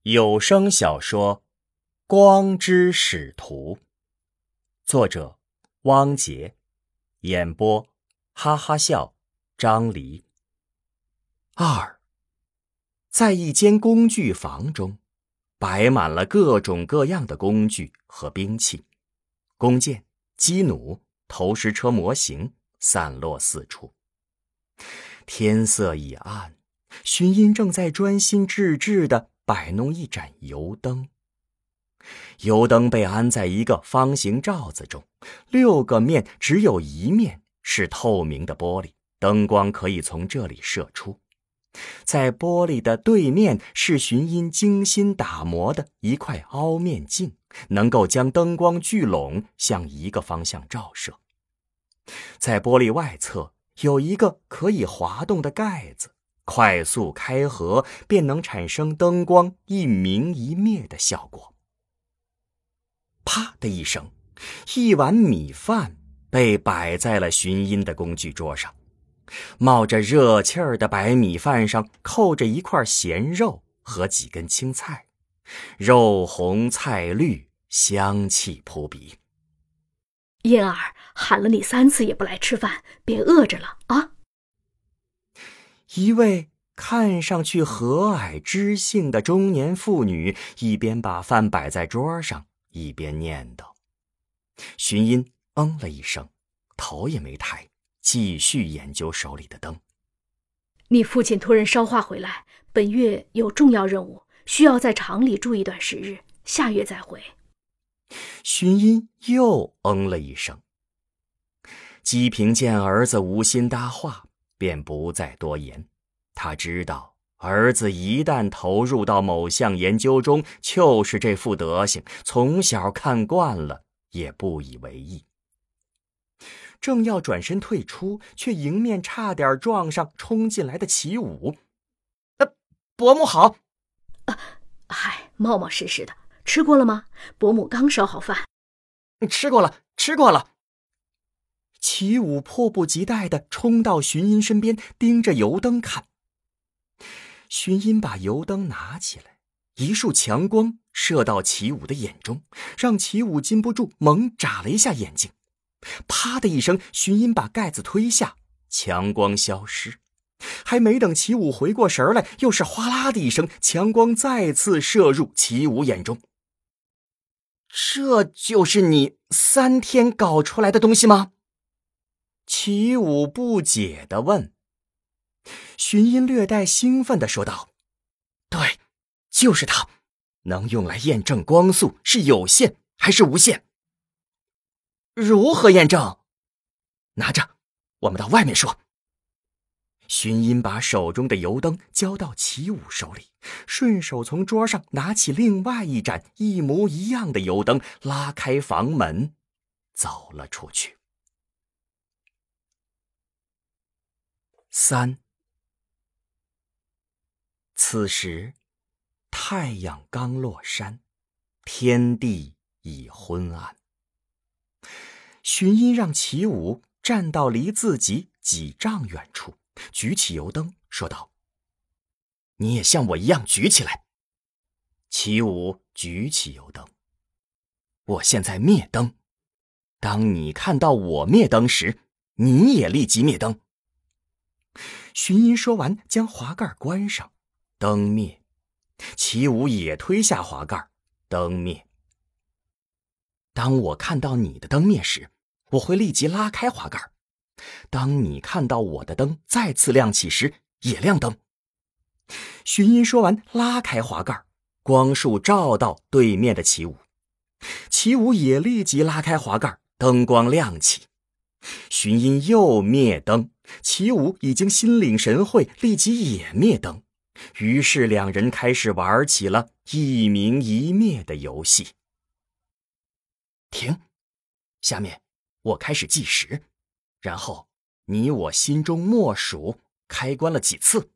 有声小说《光之使徒》，作者汪杰，演播哈哈笑张黎。2，在一间工具房中，摆满了各种各样的工具和兵器，弓箭、机弩、投石车模型散落四处。天色已暗，荀茵正在专心致志地摆弄一盏油灯。油灯被安在一个方形罩子中，6个面只有一面是透明的玻璃，灯光可以从这里射出。在玻璃的对面是荀茵精心打磨的一块凹面镜，能够将灯光聚拢，向一个方向照射。在玻璃外侧有一个可以滑动的盖子，快速开合便能产生灯光一明一灭的效果。啪的一声，一碗米饭被摆在了荀茵的工具桌上。冒着热气儿的白米饭上扣着一块咸肉和几根青菜，肉红菜绿，香气扑鼻。 燕儿，喊了你3次也不来吃饭，别饿着了啊！ 一位看上去和蔼知性的中年妇女一边把饭摆在桌上，一边念叨。荀茵了一声，头也没抬，继续研究手里的灯。 你父亲托人捎话回来，本月有重要任务，需要在厂里住一段时日，下月再回。 荀茵又了一声。姬平见儿子无心搭话，便不再多言。他知道儿子一旦投入到某项研究中，就是这副德行，从小看惯了，也不以为意。正要转身退出，却迎面差点撞上冲进来的齐武。伯母好。 嗨，冒冒失失的，吃过了吗？伯母刚烧好饭。 吃过了。齐武迫不及待地冲到荀茵身边，盯着油灯看。荀茵把油灯拿起来，一束强光射到齐武的眼中，让齐武禁不住猛眨了一下眼睛。啪的一声，荀茵把盖子推下，强光消失。还没等齐武回过神来，又是哗啦的一声，强光再次射入齐武眼中。这就是你3天搞出来的东西吗？齐武不解地问。荀茵略带兴奋地说道：对，就是它，能用来验证光速是有限还是无限。如何验证？拿着，我们到外面说。荀茵把手中的油灯交到齐武手里，顺手从桌上拿起另外一盏一模一样的油灯，拉开房门，走了出去。3。此时太阳刚落山，天地已昏暗。荀茵让齐武站到离自己几丈远处，举起油灯说道：你也像我一样举起来。齐武举起油灯。我现在灭灯，当你看到我灭灯时，你也立即灭灯。荀茵说完，将滑盖关上，灯灭。齐武也推下滑盖，灯灭。当我看到你的灯灭时，我会立即拉开滑盖。当你看到我的灯再次亮起时，也亮灯。荀茵说完，拉开滑盖，光束照到对面的齐武。齐武也立即拉开滑盖，灯光亮起。荀茵又灭灯，齐武已经心领神会，立即也灭灯。于是2人开始玩起了一明一灭的游戏。停，下面我开始计时，然后你我心中默数开关了几次。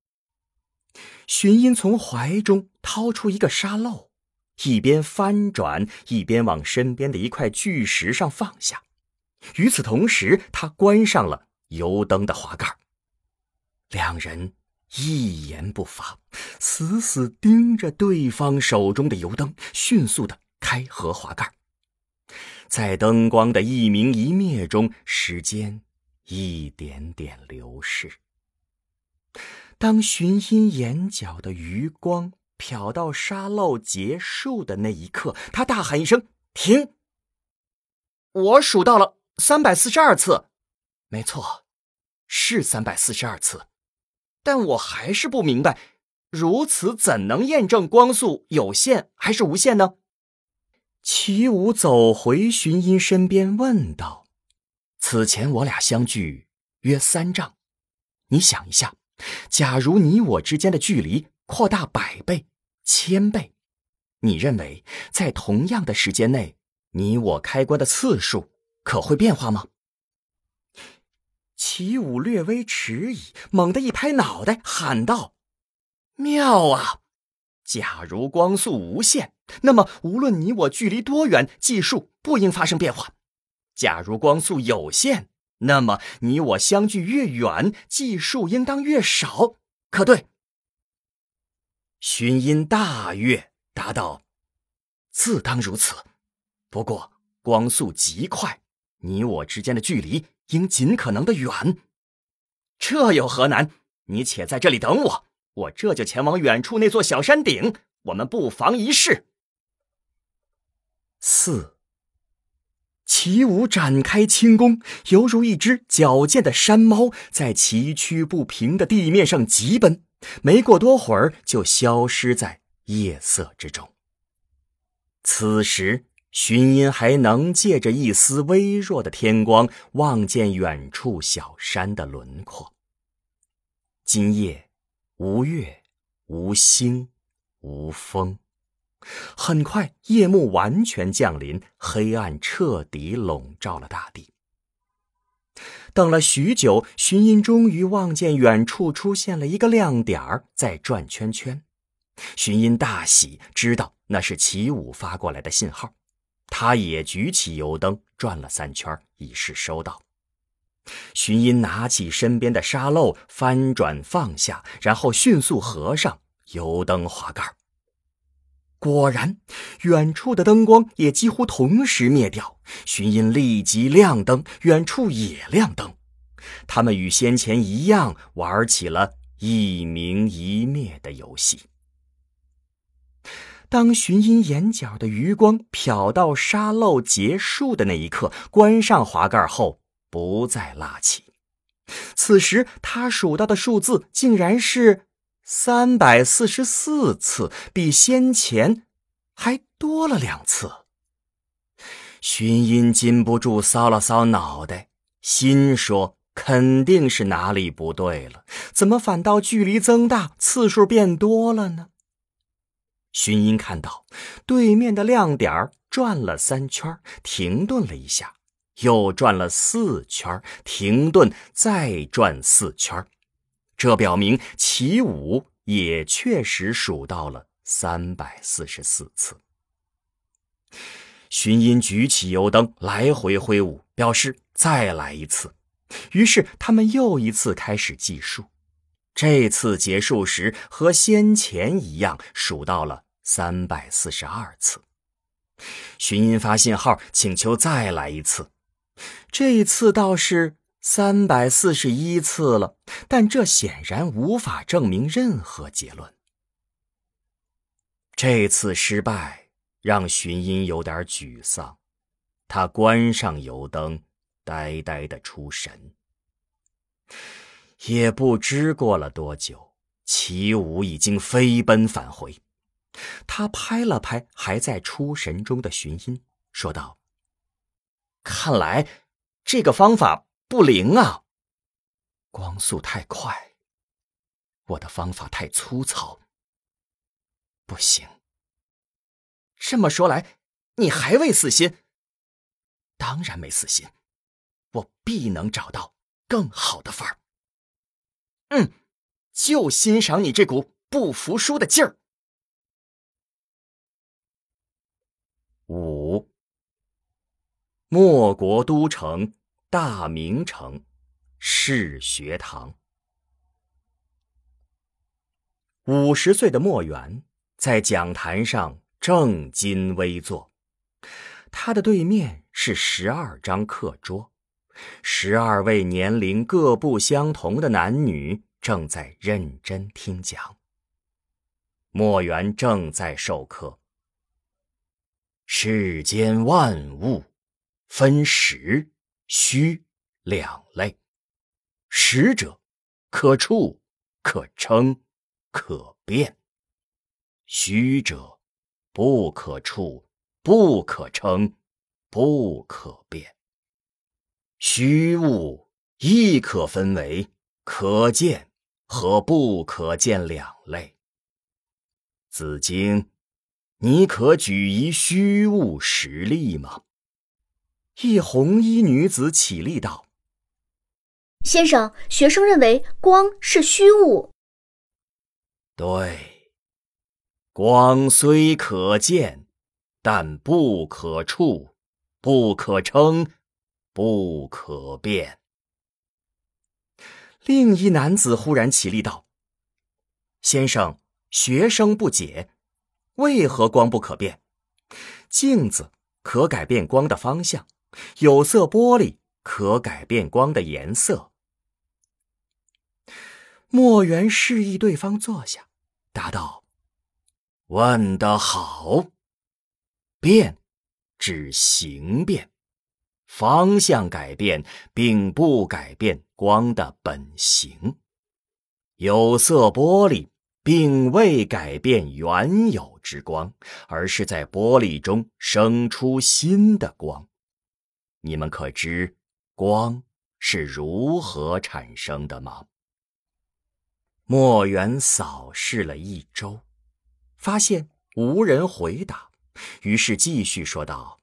荀茵从怀中掏出一个沙漏，一边翻转，一边往身边的一块巨石上放下。与此同时，他关上了油灯的滑盖。2人一言不发，死死盯着对方手中的油灯，迅速地开合滑盖。在灯光的一明一灭中，时间一点点流逝。当寻音眼角的余光瞟到沙漏结束的那一刻，他大喊一声：停！我数到了342次。没错，是342次。但我还是不明白，如此怎能验证光速有限还是无限呢？齐武走回寻音身边问道：此前我俩相距约3丈，你想一下，假如你我之间的距离扩大100倍、1000倍，你认为在同样的时间内，你我开关的次数可会变化吗？齐武略微迟疑，猛地一拍脑袋，喊道：妙啊！假如光速无限，那么无论你我距离多远，计数不应发生变化。假如光速有限，那么你我相距越远，计数应当越少，可对？寻音大悦，答道：自当如此。不过光速极快，你我之间的距离应尽可能的远。这有何难？你且在这里等我，我这就前往远处那座小山顶，我们不妨一试。4. 齐武展开轻功，犹如一只矫健的山猫，在崎岖不平的地面上疾奔，没过多会儿就消失在夜色之中。此时寻音还能借着一丝微弱的天光望见远处小山的轮廓。今夜无月无星无风，很快夜幕完全降临，黑暗彻底笼罩了大地。等了许久，寻音终于望见远处出现了一个亮点在转圈圈。寻音大喜，知道那是齐武发过来的信号，他也举起油灯转了3圈，以示收到。寻音拿起身边的沙漏，翻转放下，然后迅速合上油灯滑盖。果然，远处的灯光也几乎同时灭掉，寻音立即亮灯，远处也亮灯。他们与先前一样，玩起了一明一灭的游戏。当寻音眼角的余光瞟到沙漏结束的那一刻，关上滑盖后不再拉起。此时他数到的数字竟然是344次，比先前还多了2次。寻音禁不住搔了搔脑袋，心说肯定是哪里不对了，怎么反倒距离增大，次数变多了呢？寻音看到对面的亮点转了3圈，停顿了一下，又转了4圈，停顿，再转4圈。这表明齐武也确实数到了344次。寻音举起油灯，来回挥舞，表示再来一次。于是他们又一次开始计数。这次结束时和先前一样，数到了342次。寻音发信号，请求再来一次。这一次倒是341次了，但这显然无法证明任何结论。这次失败让寻音有点沮丧，他关上油灯，呆呆地出神。也不知过了多久，齐武已经飞奔返回。他拍了拍还在出神中的寻音，说道：看来这个方法不灵啊，光速太快，我的方法太粗糙，不行。这么说来，你还未死心？当然没死心，我必能找到更好的法儿。就欣赏你这股不服输的劲儿。5. 莫国都城大明城士学堂。 50岁的莫元在讲坛上正襟危坐，他的对面是12张课桌，12位年龄各不相同的男女正在认真听讲。莫元正在授课。世间万物分实、虚两类，实者可触、可称、可辨；虚者不可触、不可称、不可辨。虚物亦可分为可见和不可见两类。子经，你可举一虚物实例吗？一红衣女子起立道： 先生，学生认为光是虚物。 对，光虽可见，但不可触，不可称，不可辨。另一男子忽然起立道：先生，学生不解，为何光不可辨？镜子可改变光的方向，有色玻璃可改变光的颜色。莫元示意对方坐下，答道：问得好。变指形变，方向改变并不改变光的本形。有色玻璃并未改变原有之光，而是在玻璃中生出新的光。你们可知光是如何产生的吗？莫元扫视了一周，发现无人回答，于是继续说道：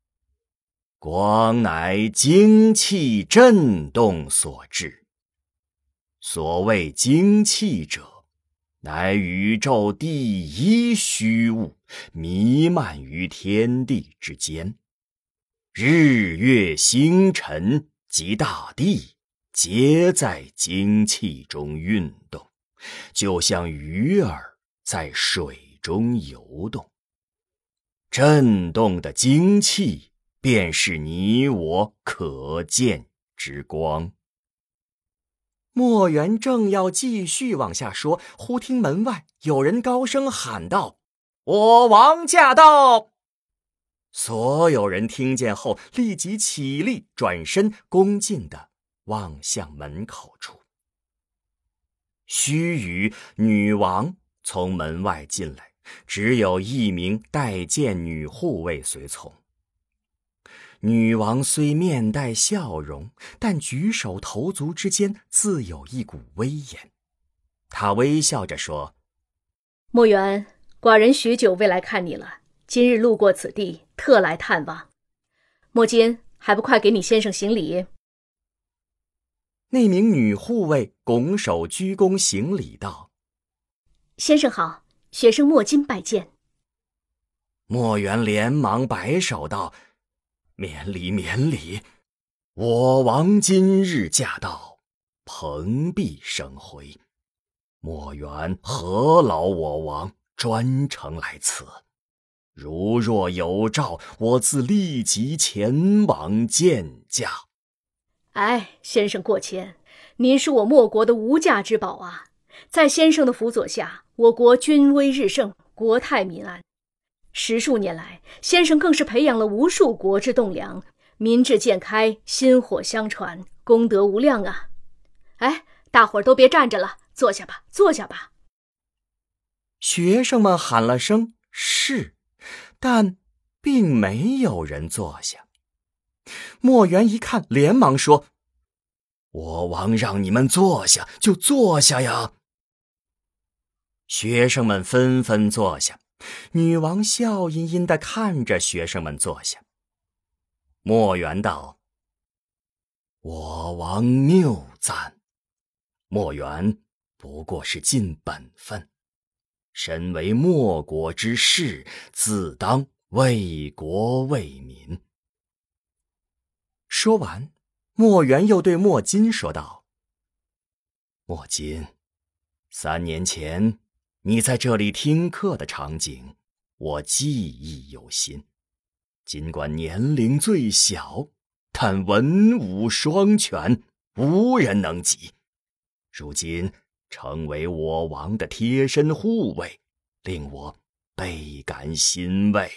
光乃精气振动所致。所谓精气者，乃宇宙第一虚物，弥漫于天地之间。日月星辰及大地，皆在精气中运动，就像鱼儿在水中游动。振动的精气，便是你我可见之光。莫元正要继续往下说，忽听门外有人高声喊道：我王驾到！所有人听见后立即起立，转身恭敬地望向门口处。须臾，女王从门外进来，只有一名带剑女护卫随从。女王虽面带笑容，但举手投足之间自有一股威严。她微笑着说： 莫元，寡人许久未来看你了，今日路过此地，特来探望。莫金，还不快给你先生行礼？ 那名女护卫拱手鞠躬行礼道： 先生好，学生莫金拜见。 莫元连忙摆手道：免礼免礼，我王今日驾到，蓬荜生辉，莫元何劳我王专程来此？如若有诏，我自立即前往见驾。 哎，先生过谦，您是我莫国的无价之宝啊！在先生的辅佐下，我国军威日盛，国泰民安。10数年来，先生更是培养了无数国之栋梁，民智渐开，薪火相传，功德无量啊！哎，大伙儿都别站着了，坐下吧，坐下吧。 学生们喊了声是，但并没有人坐下。莫元一看，连忙说：我王让你们坐下就坐下呀。学生们纷纷坐下，女王笑吟吟地看着学生们坐下。莫元道：我王谬赞，莫元不过是尽本分，身为莫国之士，自当为国为民。说完，莫元又对莫金说道：莫金，3年前你在这里听课的场景，我记忆犹新。尽管年龄最小，但文武双全，无人能及。如今成为我王的贴身护卫，令我倍感欣慰。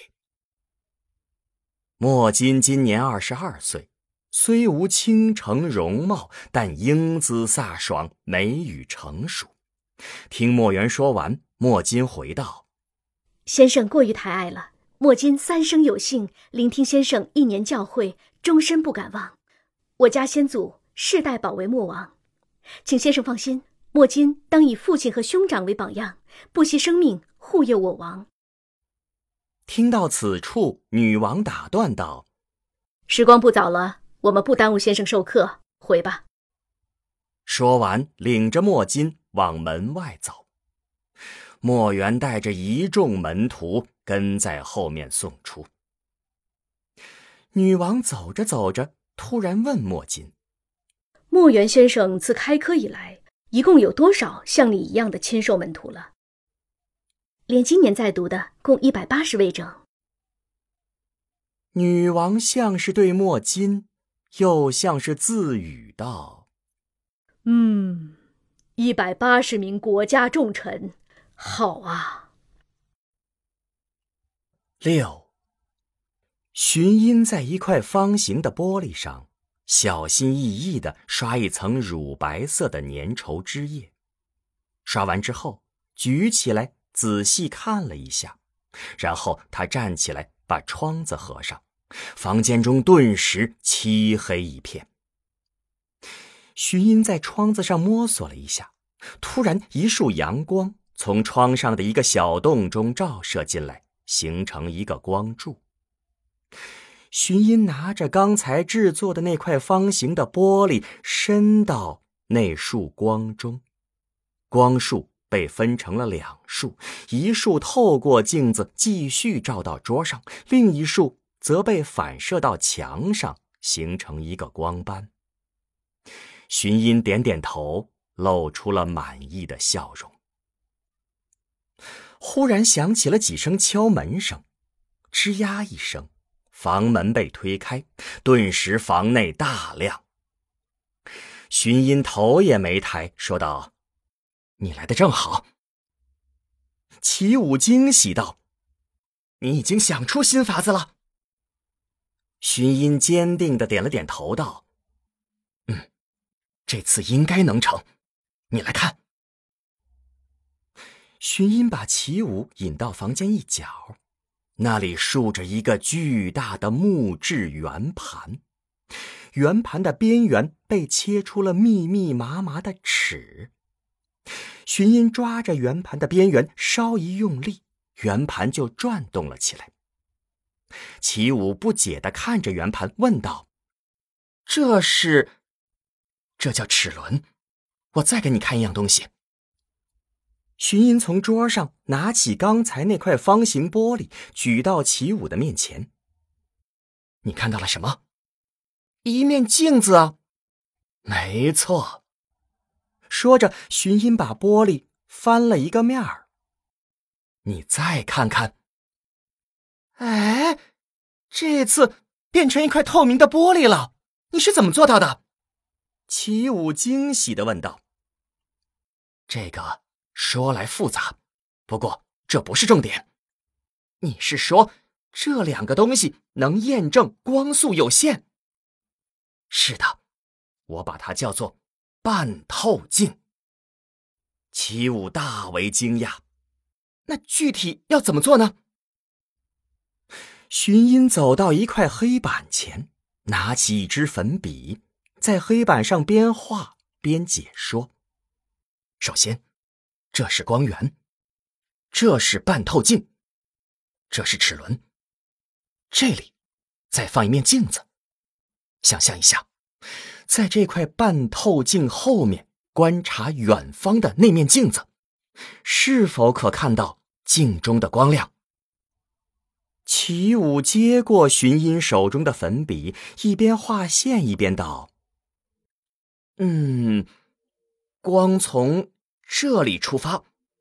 莫金今年22岁，虽无倾城容貌，但英姿飒爽，美语成熟。听莫元说完，莫金回道： 先生过于抬爱了，莫金三生有幸，聆听先生1年教诲，终身不敢忘。我家先祖世代保卫莫王，请先生放心，莫金当以父亲和兄长为榜样，不惜生命护佑我王。 听到此处，女王打断道： 时光不早了，我们不耽误先生授课，回吧。 说完，领着莫金往门外走。莫元带着一众门徒跟在后面送出。女王走着走着，突然问莫金： 莫元先生自开科以来，一共有多少像你一样的亲授门徒了？连今年在读的共180位整。 女王像是对莫金，又像是自语道 ：180名国家重臣，好啊。 6. 荀茵在一块方形的玻璃上小心翼翼地刷一层乳白色的粘稠汁液，刷完之后举起来仔细看了一下，然后他站起来把窗子合上，房间中顿时漆黑一片。荀茵在窗子上摸索了一下，突然一束阳光从窗上的一个小洞中照射进来，形成一个光柱。荀茵拿着刚才制作的那块方形的玻璃，伸到那束光中，光束被分成了2束，一束透过镜子继续照到桌上，另一束则被反射到墙上，形成一个光斑。荀茵点点头，露出了满意的笑容。忽然响起了几声敲门声，吱呀一声，房门被推开，顿时房内大亮。荀茵头也没抬，说道：你来得正好。齐武惊喜道：你已经想出新法子了？荀茵坚定地点了点头道：这次应该能成，你来看。荀茵把齐武引到房间一角，那里竖着一个巨大的木质圆盘，圆盘的边缘被切出了密密麻麻的齿。荀茵抓着圆盘的边缘，稍一用力，圆盘就转动了起来。齐武不解地看着圆盘，问道：这叫齿轮，我再给你看一样东西。荀茵从桌上拿起刚才那块方形玻璃，举到齐武的面前。你看到了什么？一面镜子啊。没错。说着，荀茵把玻璃翻了一个面儿。你再看看。哎，这次变成一块透明的玻璃了，你是怎么做到的？齐武惊喜地问道。这个说来复杂，不过这不是重点。你是说这2个东西能验证光速有限？是的，我把它叫做半透镜。齐武大为惊讶。那具体要怎么做呢？荀茵走到一块黑板前，拿起一支粉笔，在黑板上边画边解说。首先，这是光源，这是半透镜，这是齿轮，这里再放一面镜子。想象一下，在这块半透镜后面观察远方的那面镜子，是否可看到镜中的光亮？齐武接过荀茵手中的粉笔，一边画线一边道：光从这里出发，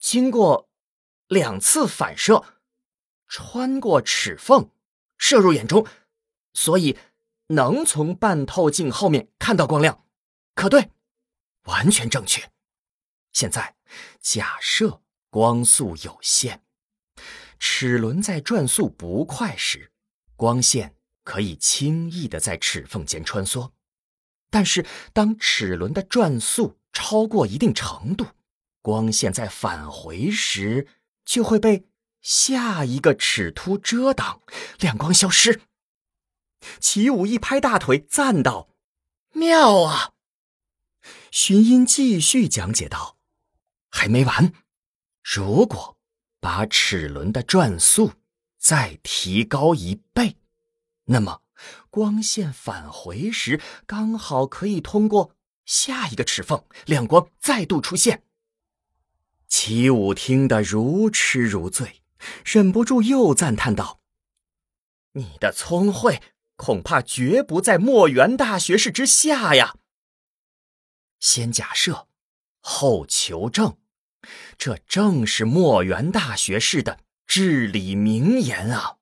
经过2次反射，穿过齿缝，射入眼中，所以能从半透镜后面看到光亮。可对，完全正确。现在假设光速有限，齿轮在转速不快时，光线可以轻易地在齿缝间穿梭。但是当齿轮的转速超过一定程度，光线在返回时就会被下一个齿突遮挡，亮光消失。齐武一拍大腿赞道：妙啊！荀音继续讲解道：还没完，如果把齿轮的转速再提高1倍，那么光线返回时刚好可以通过下一个齿缝，亮光再度出现。齐武听得如痴如醉，忍不住又赞叹道：你的聪慧恐怕绝不在墨元大学士之下呀。先假设，后求证，这正是墨元大学士的至理名言啊。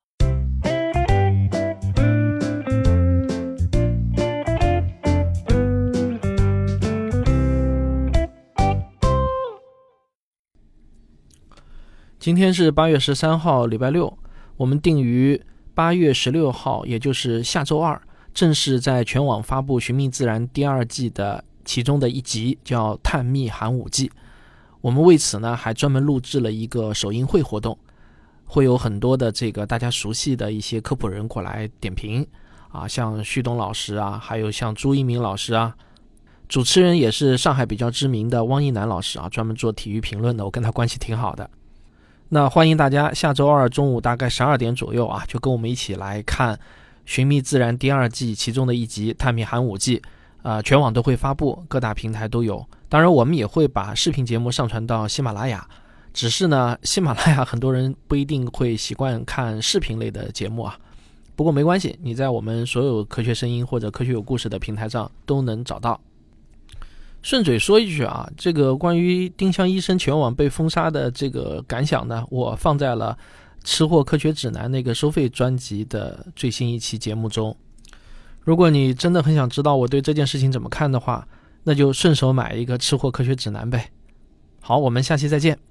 今天是8月13号，礼拜六，我们定于8月16号，也就是下周二，正式在全网发布《寻觅自然》第2季的其中的一集，叫《探秘寒武纪》。我们为此呢，还专门录制了一个首映会活动，会有很多的这个大家熟悉的一些科普人过来点评啊，像旭东老师啊，还有像朱一鸣老师啊，主持人也是上海比较知名的汪一楠老师啊，专门做体育评论的，我跟他关系挺好的。那欢迎大家下周二中午大概12点左右啊，就跟我们一起来看《寻觅自然》第2季其中的一集《探秘寒武纪》，全网都会发布，各大平台都有。当然，我们也会把视频节目上传到喜马拉雅。只是呢，喜马拉雅很多人不一定会习惯看视频类的节目啊。不过没关系，你在我们所有科学声音或者科学有故事的平台上都能找到。顺嘴说一句啊，这个关于丁香医生全网被封杀的这个感想呢，我放在了吃货科学指南那个收费专辑的最新一期节目中。如果你真的很想知道我对这件事情怎么看的话，那就顺手买一个吃货科学指南呗。好，我们下期再见。